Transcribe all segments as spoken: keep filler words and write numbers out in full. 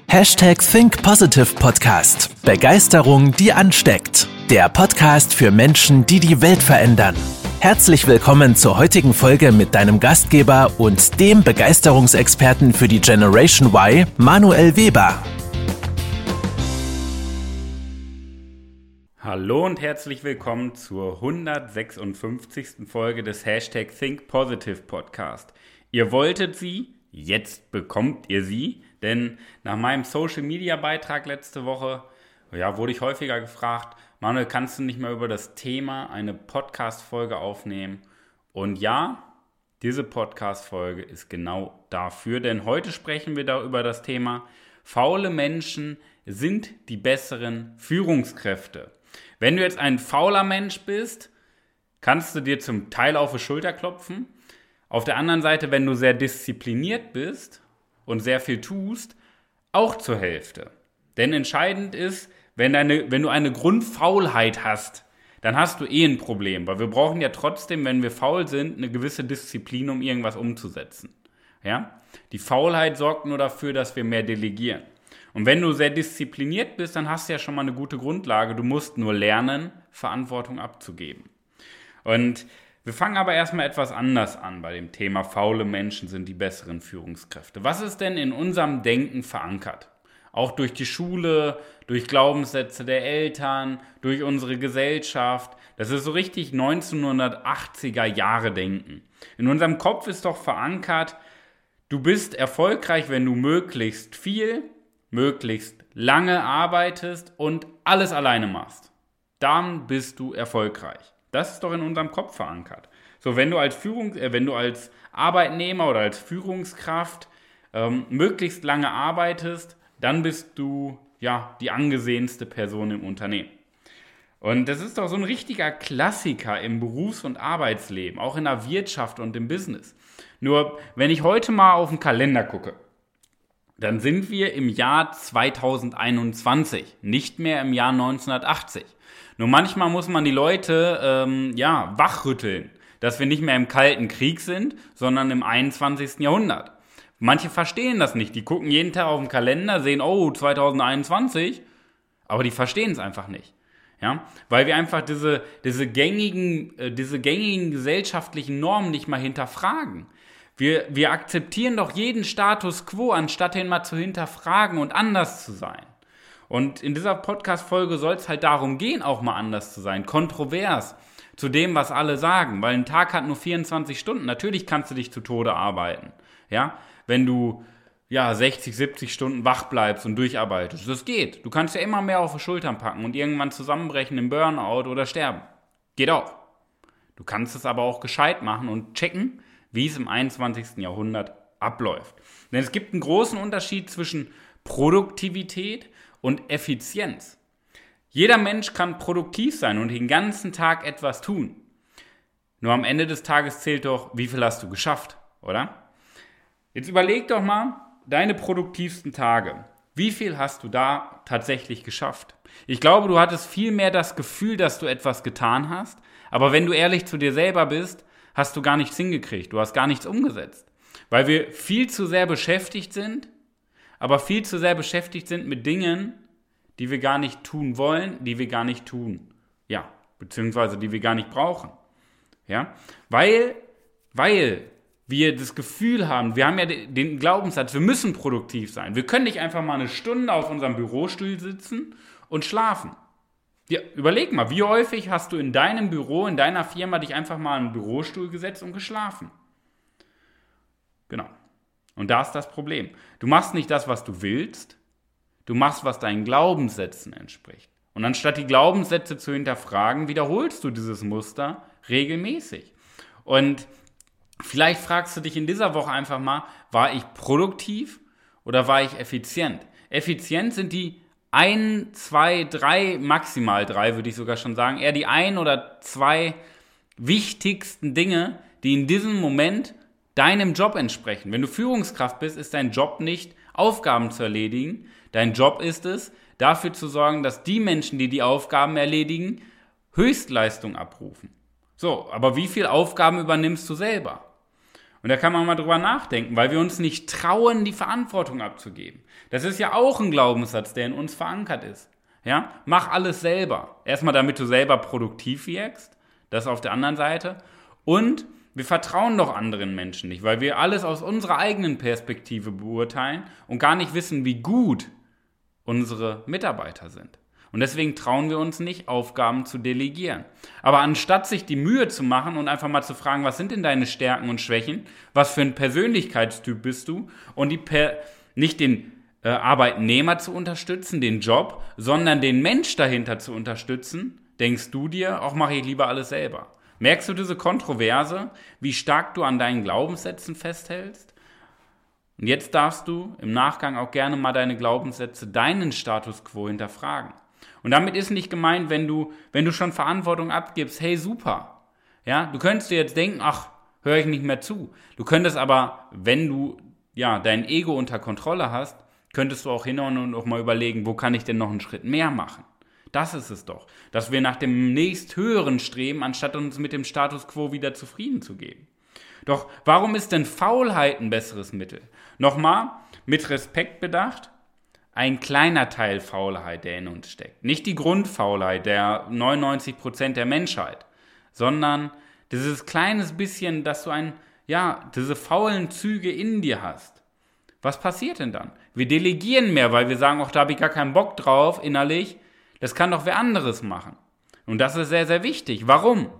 Hashtag Think Positive Podcast. Begeisterung, die ansteckt. Der Podcast für Menschen, die die Welt verändern. Herzlich willkommen zur heutigen Folge mit deinem Gastgeber und dem Begeisterungsexperten für die Generation Y, Manuel Weber. Hallo und herzlich willkommen zur hundertsechsundfünfzigsten Folge des Hashtag Think Positive Podcast. Ihr wolltet sie, jetzt bekommt ihr sie, denn nach meinem Social-Media-Beitrag letzte Woche ja, wurde ich häufiger gefragt, Manuel, kannst du nicht mehr über das Thema eine Podcast-Folge aufnehmen? Und ja, diese Podcast-Folge ist genau dafür, denn heute sprechen wir da über das Thema faule Menschen sind die besseren Führungskräfte. Wenn du jetzt ein fauler Mensch bist, kannst du dir zum Teil auf die Schulter klopfen. Auf der anderen Seite, wenn du sehr diszipliniert bist und sehr viel tust, auch zur Hälfte. Denn entscheidend ist, wenn, deine, wenn du eine Grundfaulheit hast, dann hast du eh ein Problem. Weil wir brauchen ja trotzdem, wenn wir faul sind, eine gewisse Disziplin, um irgendwas umzusetzen. Ja? Die Faulheit sorgt nur dafür, dass wir mehr delegieren. Und wenn du sehr diszipliniert bist, dann hast du ja schon mal eine gute Grundlage. Du musst nur lernen, Verantwortung abzugeben. Und wir fangen aber erstmal etwas anders an bei dem Thema faule Menschen sind die besseren Führungskräfte. Was ist denn in unserem Denken verankert? Auch durch die Schule, durch Glaubenssätze der Eltern, durch unsere Gesellschaft. Das ist so richtig neunzehnhundertachtziger Jahre Denken. In unserem Kopf ist doch verankert, du bist erfolgreich, wenn du möglichst viel, möglichst lange arbeitest und alles alleine machst. Dann bist du erfolgreich. Das ist doch in unserem Kopf verankert. So, wenn du als Führung, äh, wenn du als Arbeitnehmer oder als Führungskraft ähm, möglichst lange arbeitest, dann bist du ja die angesehenste Person im Unternehmen. Und das ist doch so ein richtiger Klassiker im Berufs- und Arbeitsleben, auch in der Wirtschaft und im Business. Nur, wenn ich heute mal auf den Kalender gucke, dann sind wir im Jahr zweitausendeinundzwanzig, nicht mehr im Jahr neunzehnhundertachtzig. Nur manchmal muss man die Leute ähm, ja, wachrütteln, dass wir nicht mehr im Kalten Krieg sind, sondern im einundzwanzigsten Jahrhundert. Manche verstehen das nicht. Die gucken jeden Tag auf den Kalender, sehen, oh, zweitausendeinundzwanzig, aber die verstehen es einfach nicht. Ja? Weil wir einfach diese, diese, gängigen, äh, diese gängigen gesellschaftlichen Normen nicht mal hinterfragen. Wir, wir akzeptieren doch jeden Status quo, anstatt ihn mal zu hinterfragen und anders zu sein. Und in dieser Podcast-Folge soll es halt darum gehen, auch mal anders zu sein, kontrovers zu dem, was alle sagen, weil ein Tag hat nur vierundzwanzig Stunden. Natürlich kannst du dich zu Tode arbeiten, ja, wenn du ja sechzig, siebzig Stunden wach bleibst und durcharbeitest. Das geht. Du kannst ja immer mehr auf die Schultern packen und irgendwann zusammenbrechen im Burnout oder sterben. Geht auch. Du kannst es aber auch gescheit machen und checken, wie es im einundzwanzigsten Jahrhundert abläuft. Denn es gibt einen großen Unterschied zwischen Produktivität und Effizienz. Jeder Mensch kann produktiv sein und den ganzen Tag etwas tun. Nur am Ende des Tages zählt doch, wie viel hast du geschafft, oder? Jetzt überleg doch mal deine produktivsten Tage. Wie viel hast du da tatsächlich geschafft? Ich glaube, du hattest viel mehr das Gefühl, dass du etwas getan hast, aber wenn du ehrlich zu dir selber bist, hast du gar nichts hingekriegt, du hast gar nichts umgesetzt. Weil wir viel zu sehr beschäftigt sind, aber viel zu sehr beschäftigt sind mit Dingen, die wir gar nicht tun wollen, die wir gar nicht tun. Ja, beziehungsweise die wir gar nicht brauchen. Ja, weil, weil wir das Gefühl haben, wir haben ja den Glaubenssatz, wir müssen produktiv sein. Wir können nicht einfach mal eine Stunde auf unserem Bürostuhl sitzen und schlafen. Ja, überleg mal, wie häufig hast du in deinem Büro, in deiner Firma dich einfach mal in einen Bürostuhl gesetzt und geschlafen? Genau. Und da ist das Problem. Du machst nicht das, was du willst, du machst, was deinen Glaubenssätzen entspricht. Und anstatt die Glaubenssätze zu hinterfragen, wiederholst du dieses Muster regelmäßig. Und vielleicht fragst du dich in dieser Woche einfach mal, war ich produktiv oder war ich effizient? Effizient sind die ein, zwei, drei, maximal drei, würde ich sogar schon sagen, eher die ein oder zwei wichtigsten Dinge, die in diesem Moment deinem Job entsprechen. Wenn du Führungskraft bist, ist dein Job nicht, Aufgaben zu erledigen. Dein Job ist es, dafür zu sorgen, dass die Menschen, die die Aufgaben erledigen, Höchstleistung abrufen. So, aber wie viele Aufgaben übernimmst du selber? Und da kann man mal drüber nachdenken, weil wir uns nicht trauen, die Verantwortung abzugeben. Das ist ja auch ein Glaubenssatz, der in uns verankert ist. Ja? Mach alles selber. Erstmal, damit du selber produktiv wirkst. Das auf der anderen Seite. Und wir vertrauen doch anderen Menschen nicht, weil wir alles aus unserer eigenen Perspektive beurteilen und gar nicht wissen, wie gut unsere Mitarbeiter sind. Und deswegen trauen wir uns nicht, Aufgaben zu delegieren. Aber anstatt sich die Mühe zu machen und einfach mal zu fragen, was sind denn deine Stärken und Schwächen, was für ein Persönlichkeitstyp bist du, und die per, nicht den äh, Arbeitnehmer zu unterstützen, den Job, sondern den Mensch dahinter zu unterstützen, denkst du dir, auch mache ich lieber alles selber. Merkst du diese Kontroverse, wie stark du an deinen Glaubenssätzen festhältst? Und jetzt darfst du im Nachgang auch gerne mal deine Glaubenssätze, deinen Status quo hinterfragen. Und damit ist nicht gemeint, wenn du, wenn du schon Verantwortung abgibst, hey, super. Ja, du könntest dir jetzt denken, ach, höre ich nicht mehr zu. Du könntest aber, wenn du ja dein Ego unter Kontrolle hast, könntest du auch hinhauen und auch mal überlegen, wo kann ich denn noch einen Schritt mehr machen? Das ist es doch, dass wir nach dem nächsthöheren streben, anstatt uns mit dem Status quo wieder zufrieden zu geben. Doch warum ist denn Faulheit ein besseres Mittel? Nochmal, mit Respekt bedacht, ein kleiner Teil Faulheit, der in uns steckt. Nicht die Grundfaulheit der neunundneunzig Prozent der Menschheit, sondern dieses kleines bisschen, dass du ein, ja, diese faulen Züge in dir hast. Was passiert denn dann? Wir delegieren mehr, weil wir sagen, ach, da habe ich gar keinen Bock drauf, innerlich. Das kann doch wer anderes machen. Und das ist sehr, sehr wichtig. Warum?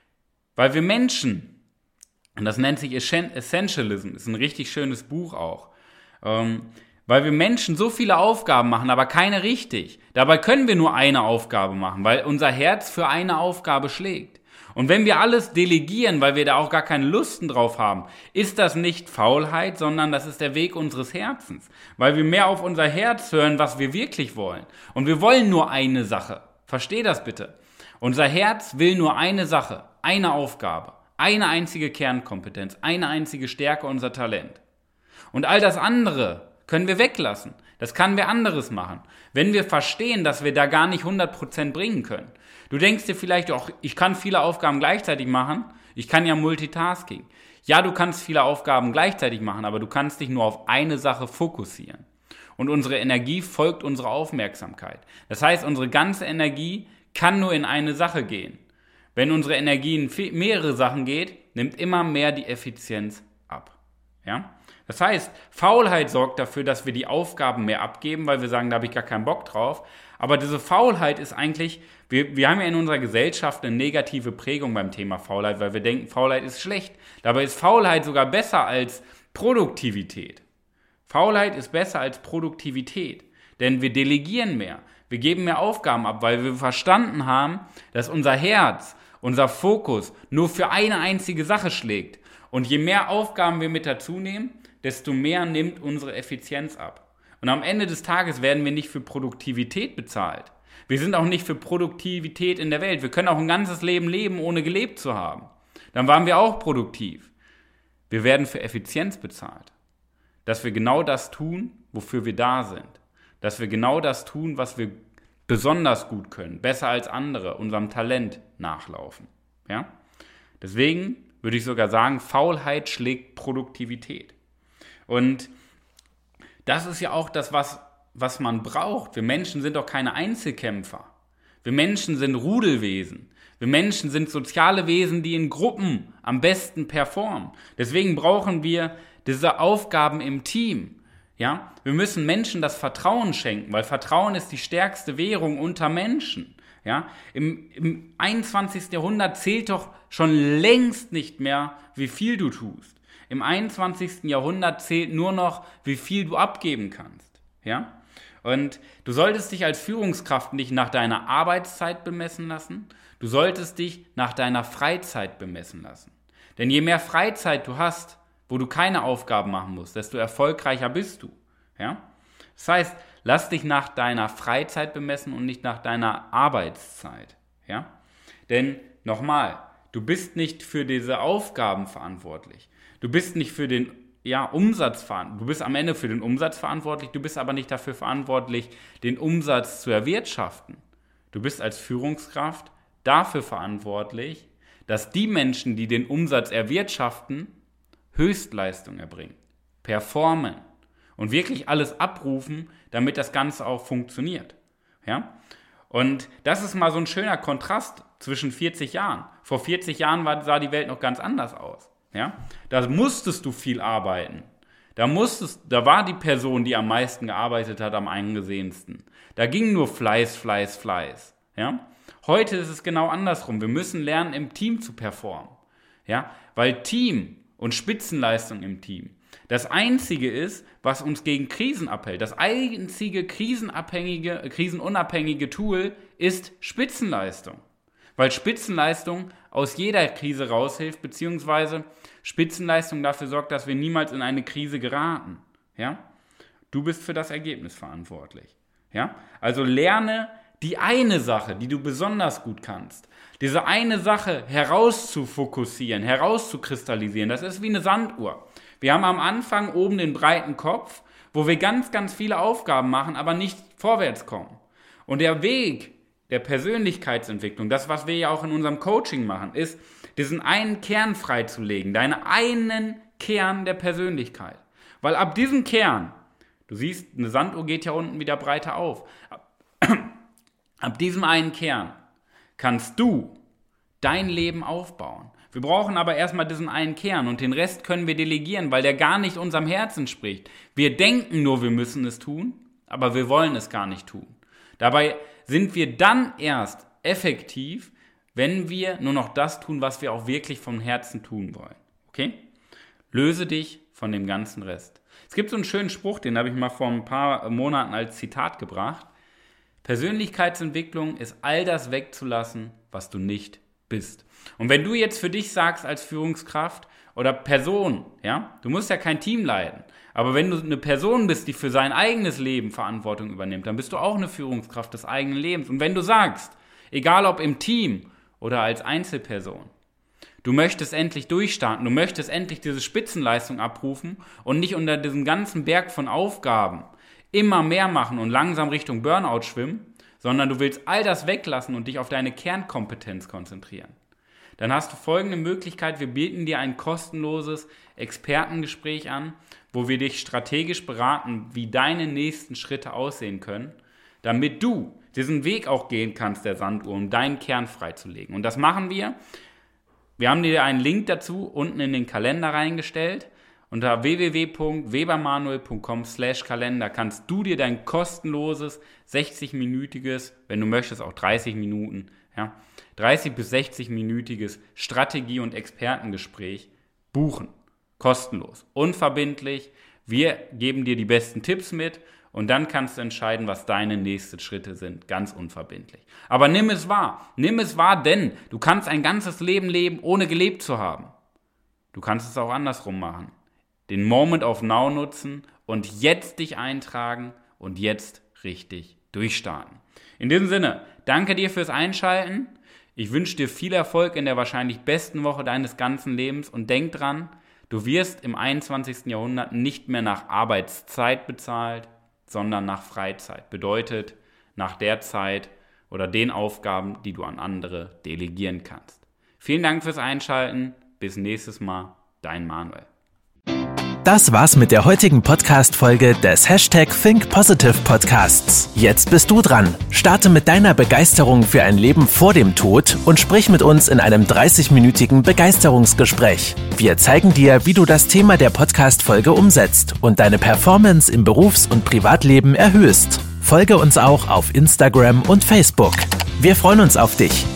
Weil wir Menschen, und das nennt sich Essentialism, ist ein richtig schönes Buch auch, ähm, weil wir Menschen so viele Aufgaben machen, aber keine richtig. Dabei können wir nur eine Aufgabe machen, weil unser Herz für eine Aufgabe schlägt. Und wenn wir alles delegieren, weil wir da auch gar keine Lusten drauf haben, ist das nicht Faulheit, sondern das ist der Weg unseres Herzens. Weil wir mehr auf unser Herz hören, was wir wirklich wollen. Und wir wollen nur eine Sache. Versteh das bitte. Unser Herz will nur eine Sache, eine Aufgabe, eine einzige Kernkompetenz, eine einzige Stärke, unser Talent. Und all das andere können wir weglassen. Das kann wer anderes machen. Wenn wir verstehen, dass wir da gar nicht hundert Prozent bringen können. Du denkst dir vielleicht auch, ich kann viele Aufgaben gleichzeitig machen. Ich kann ja Multitasking. Ja, du kannst viele Aufgaben gleichzeitig machen, aber du kannst dich nur auf eine Sache fokussieren. Und unsere Energie folgt unserer Aufmerksamkeit. Das heißt, unsere ganze Energie kann nur in eine Sache gehen. Wenn unsere Energie in mehrere Sachen geht, nimmt immer mehr die Effizienz ab. Ja? Das heißt, Faulheit sorgt dafür, dass wir die Aufgaben mehr abgeben, weil wir sagen, da habe ich gar keinen Bock drauf. Aber diese Faulheit ist eigentlich, wir, wir haben ja in unserer Gesellschaft eine negative Prägung beim Thema Faulheit, weil wir denken, Faulheit ist schlecht. Dabei ist Faulheit sogar besser als Produktivität. Faulheit ist besser als Produktivität, denn wir delegieren mehr. Wir geben mehr Aufgaben ab, weil wir verstanden haben, dass unser Herz, unser Fokus nur für eine einzige Sache schlägt. Und je mehr Aufgaben wir mit dazu nehmen, desto mehr nimmt unsere Effizienz ab. Und am Ende des Tages werden wir nicht für Produktivität bezahlt. Wir sind auch nicht für Produktivität in der Welt. Wir können auch ein ganzes Leben leben, ohne gelebt zu haben. Dann waren wir auch produktiv. Wir werden für Effizienz bezahlt. Dass wir genau das tun, wofür wir da sind. Dass wir genau das tun, was wir besonders gut können, besser als andere, unserem Talent nachlaufen. Ja? Deswegen würde ich sogar sagen, Faulheit schlägt Produktivität. Und das ist ja auch das, was, was man braucht. Wir Menschen sind doch keine Einzelkämpfer. Wir Menschen sind Rudelwesen. Wir Menschen sind soziale Wesen, die in Gruppen am besten performen. Deswegen brauchen wir diese Aufgaben im Team. Ja? Wir müssen Menschen das Vertrauen schenken, weil Vertrauen ist die stärkste Währung unter Menschen. Ja? Im, im einundzwanzigsten Jahrhundert zählt doch schon längst nicht mehr, wie viel du tust. Im einundzwanzigsten Jahrhundert zählt nur noch, wie viel du abgeben kannst. Ja? Und du solltest dich als Führungskraft nicht nach deiner Arbeitszeit bemessen lassen, du solltest dich nach deiner Freizeit bemessen lassen. Denn je mehr Freizeit du hast, wo du keine Aufgaben machen musst, desto erfolgreicher bist du. Ja? Das heißt, lass dich nach deiner Freizeit bemessen und nicht nach deiner Arbeitszeit. Ja? Denn nochmal, du bist nicht für diese Aufgaben verantwortlich. Du bist nicht für den ja, Umsatz verantwortlich. Du bist am Ende für den Umsatz verantwortlich, du bist aber nicht dafür verantwortlich, den Umsatz zu erwirtschaften. Du bist als Führungskraft dafür verantwortlich, dass die Menschen, die den Umsatz erwirtschaften, Höchstleistung erbringen, performen und wirklich alles abrufen, damit das Ganze auch funktioniert. Ja? Und das ist mal so ein schöner Kontrast zwischen vierzig Jahren. Vor vierzig Jahren war, sah die Welt noch ganz anders aus. Ja? Da musstest du viel arbeiten. Da, musstest, da war die Person, die am meisten gearbeitet hat, am angesehensten. Da ging nur Fleiß, Fleiß, Fleiß. Ja? Heute ist es genau andersrum. Wir müssen lernen, im Team zu performen. Ja? Weil Team und Spitzenleistung im Team das Einzige ist, was uns gegen Krisen abhält. Das einzige krisenabhängige, krisenunabhängige Tool ist Spitzenleistung. Weil Spitzenleistung aus jeder Krise raushilft, beziehungsweise Spitzenleistung dafür sorgt, dass wir niemals in eine Krise geraten. Ja? Du bist für das Ergebnis verantwortlich. Ja? Also lerne die eine Sache, die du besonders gut kannst, diese eine Sache herauszufokussieren, herauszukristallisieren. Das ist wie eine Sanduhr. Wir haben am Anfang oben den breiten Kopf, wo wir ganz, ganz viele Aufgaben machen, aber nicht vorwärts kommen. Und der Weg der Persönlichkeitsentwicklung, das, was wir ja auch in unserem Coaching machen, ist, diesen einen Kern freizulegen, deinen einen Kern der Persönlichkeit. Weil ab diesem Kern, du siehst, eine Sanduhr geht ja unten wieder breiter auf, ab, ab diesem einen Kern kannst du dein Leben aufbauen. Wir brauchen aber erstmal diesen einen Kern und den Rest können wir delegieren, weil der gar nicht unserem Herzen spricht. Wir denken nur, wir müssen es tun, aber wir wollen es gar nicht tun. Dabei sind wir dann erst effektiv, wenn wir nur noch das tun, was wir auch wirklich vom Herzen tun wollen. Okay? Löse dich von dem ganzen Rest. Es gibt so einen schönen Spruch, den habe ich mal vor ein paar Monaten als Zitat gebracht. Persönlichkeitsentwicklung ist all das wegzulassen, was du nicht bist. Und wenn du jetzt für dich sagst als Führungskraft oder Person, ja, du musst ja kein Team leiten, aber wenn du eine Person bist, die für sein eigenes Leben Verantwortung übernimmt, dann bist du auch eine Führungskraft des eigenen Lebens. Und wenn du sagst, egal ob im Team oder als Einzelperson, du möchtest endlich durchstarten, du möchtest endlich diese Spitzenleistung abrufen und nicht unter diesem ganzen Berg von Aufgaben immer mehr machen und langsam Richtung Burnout schwimmen, sondern du willst all das weglassen und dich auf deine Kernkompetenz konzentrieren. Dann hast du folgende Möglichkeit, wir bieten dir ein kostenloses Expertengespräch an, wo wir dich strategisch beraten, wie deine nächsten Schritte aussehen können, damit du diesen Weg auch gehen kannst, der Sanduhr, um deinen Kern freizulegen. Und das machen wir. Wir haben dir einen Link dazu unten in den Kalender reingestellt. Unter w w w punkt webermanuel punkt com slash Kalender kannst du dir dein kostenloses sechzig-minütiges, wenn du möchtest auch dreißig Minuten, ja, dreißig bis sechzig-minütiges Strategie- und Expertengespräch buchen. Kostenlos, unverbindlich. Wir geben dir die besten Tipps mit und dann kannst du entscheiden, was deine nächsten Schritte sind. Ganz unverbindlich. Aber nimm es wahr. Nimm es wahr, denn du kannst ein ganzes Leben leben, ohne gelebt zu haben. Du kannst es auch andersrum machen. Den Moment of Now nutzen und jetzt dich eintragen und jetzt richtig durchstarten. In diesem Sinne, danke dir fürs Einschalten. Ich wünsche dir viel Erfolg in der wahrscheinlich besten Woche deines ganzen Lebens und denk dran, du wirst im einundzwanzigsten Jahrhundert nicht mehr nach Arbeitszeit bezahlt, sondern nach Freizeit. Bedeutet, nach der Zeit oder den Aufgaben, die du an andere delegieren kannst. Vielen Dank fürs Einschalten. Bis nächstes Mal. Dein Manuel. Das war's mit der heutigen Podcast-Folge des Hashtag Think Positive Podcasts. Jetzt bist du dran. Starte mit deiner Begeisterung für ein Leben vor dem Tod und sprich mit uns in einem dreißig-minütigen Begeisterungsgespräch. Wir zeigen dir, wie du das Thema der Podcast-Folge umsetzt und deine Performance im Berufs- und Privatleben erhöhst. Folge uns auch auf Instagram und Facebook. Wir freuen uns auf dich.